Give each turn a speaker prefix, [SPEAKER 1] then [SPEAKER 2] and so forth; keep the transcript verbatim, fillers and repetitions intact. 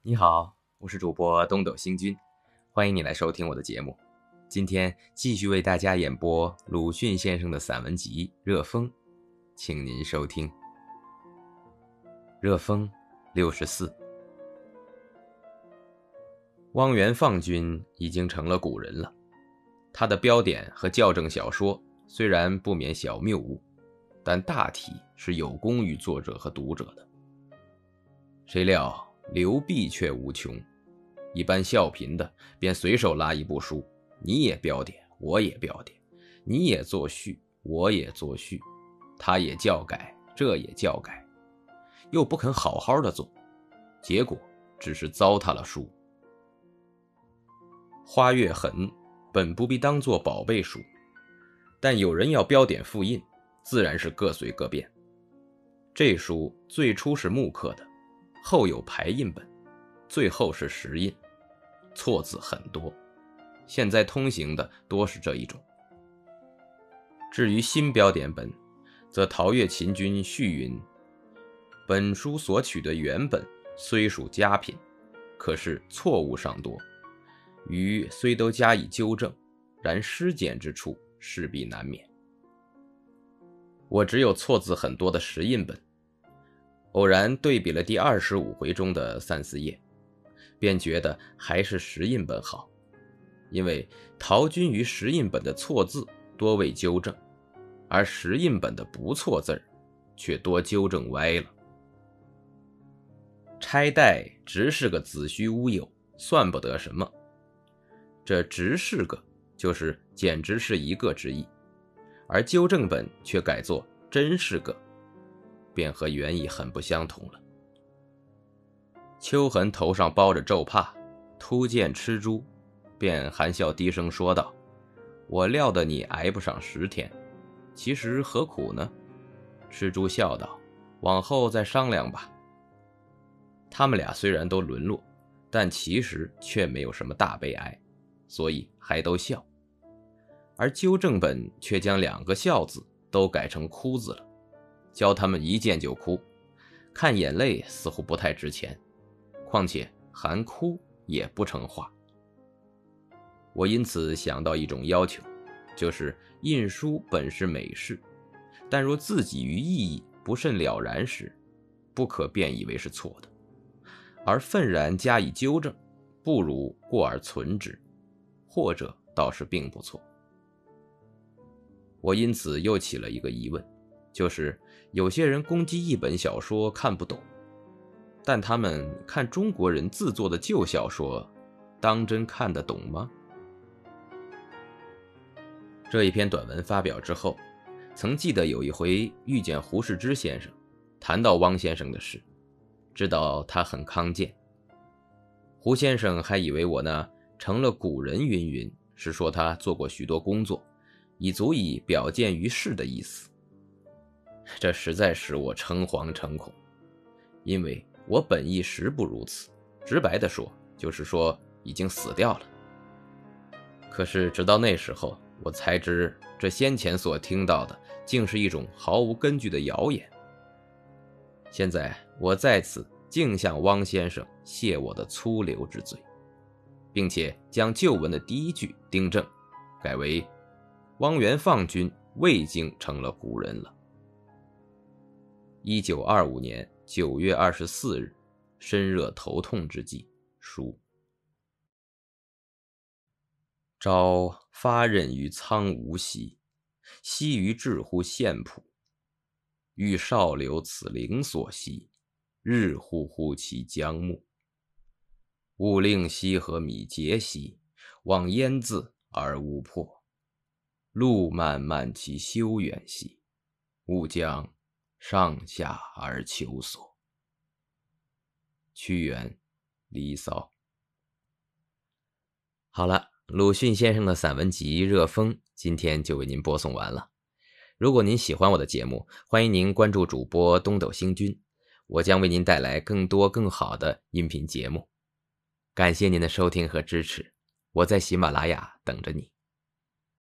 [SPEAKER 1] 你好，我是主播东斗星君，欢迎你来收听我的节目。今天继续为大家演播鲁迅先生的散文集《热风》，请您收听。热风六十四。汪元放君已经成了古人了，他的标点和校正小说虽然不免小谬误，但大体是有功于作者和读者的。谁料流弊却无穷，一般笑贫的便随手拉一部书，你也标点，我也标点，你也作序，我也作序，他也校改，这也校改，又不肯好好的做，结果只是糟蹋了书。花月痕本不必当作宝贝书，但有人要标点复印，自然是各随各便。这书最初是木刻的，后有排印本，最后是石印，错字很多，现在通行的多是这一种。至于新标点本，则陶岳秦君序云：本书所取的原本虽属佳品，可是错误尚多，余虽都加以纠正，然失检之处势必难免。我只有错字很多的石印本，偶然对比了第二十五回中的三四页，便觉得还是石印本好，因为陶君于石印本的错字多为纠正，而石印本的不错字却多纠正歪了。拆带只是个子虚乌有，算不得什么，这只是个就是简直是一个之意，而纠正本却改作真是个，便和原意很不相同了。秋痕头上包着皱帕，突见吃猪，便含笑低声说道：我料得你挨不上十天，其实何苦呢？吃猪笑道：往后再商量吧。他们俩虽然都沦落，但其实却没有什么大悲哀，所以还都笑。而纠正本却将两个笑字都改成哭字了，教他们一见就哭，看眼泪似乎不太值钱，况且含哭也不成话。我因此想到一种要求，就是印书本是美事，但若自己于意义不甚了然时，不可便以为是错的，而愤然加以纠正，不如过而存之，或者倒是并不错。我因此又起了一个疑问，就是有些人攻击一本小说看不懂，但他们看中国人自作的旧小说，当真看得懂吗？这一篇短文发表之后，曾记得有一回遇见胡适之先生，谈到汪先生的事，知道他很康健。胡先生还以为我呢成了古人云云，是说他做过许多工作，以足以表见于世的意思。这实在使我诚惶诚恐，因为我本意实不如此，直白地说，就是说已经死掉了。可是直到那时候，我才知这先前所听到的竟是一种毫无根据的谣言。现在我在此竟向汪先生谢我的粗流之罪，并且将旧文的第一句订正，改为汪元放君未经成了古人了。一九二五年九月二十四日，身热头痛之际，书。朝发轫于苍梧兮，夕于至乎县浦。欲少留此陵所兮，日乎乎其将暮。勿令西河米节兮，望焉字而无破。路漫漫其修远兮，勿将上下而求索。屈原，离骚。好了，鲁迅先生的散文集《热风》今天就为您播送完了。如果您喜欢我的节目，欢迎您关注主播东斗星君，我将为您带来更多更好的音频节目。感谢您的收听和支持，我在喜马拉雅等着你。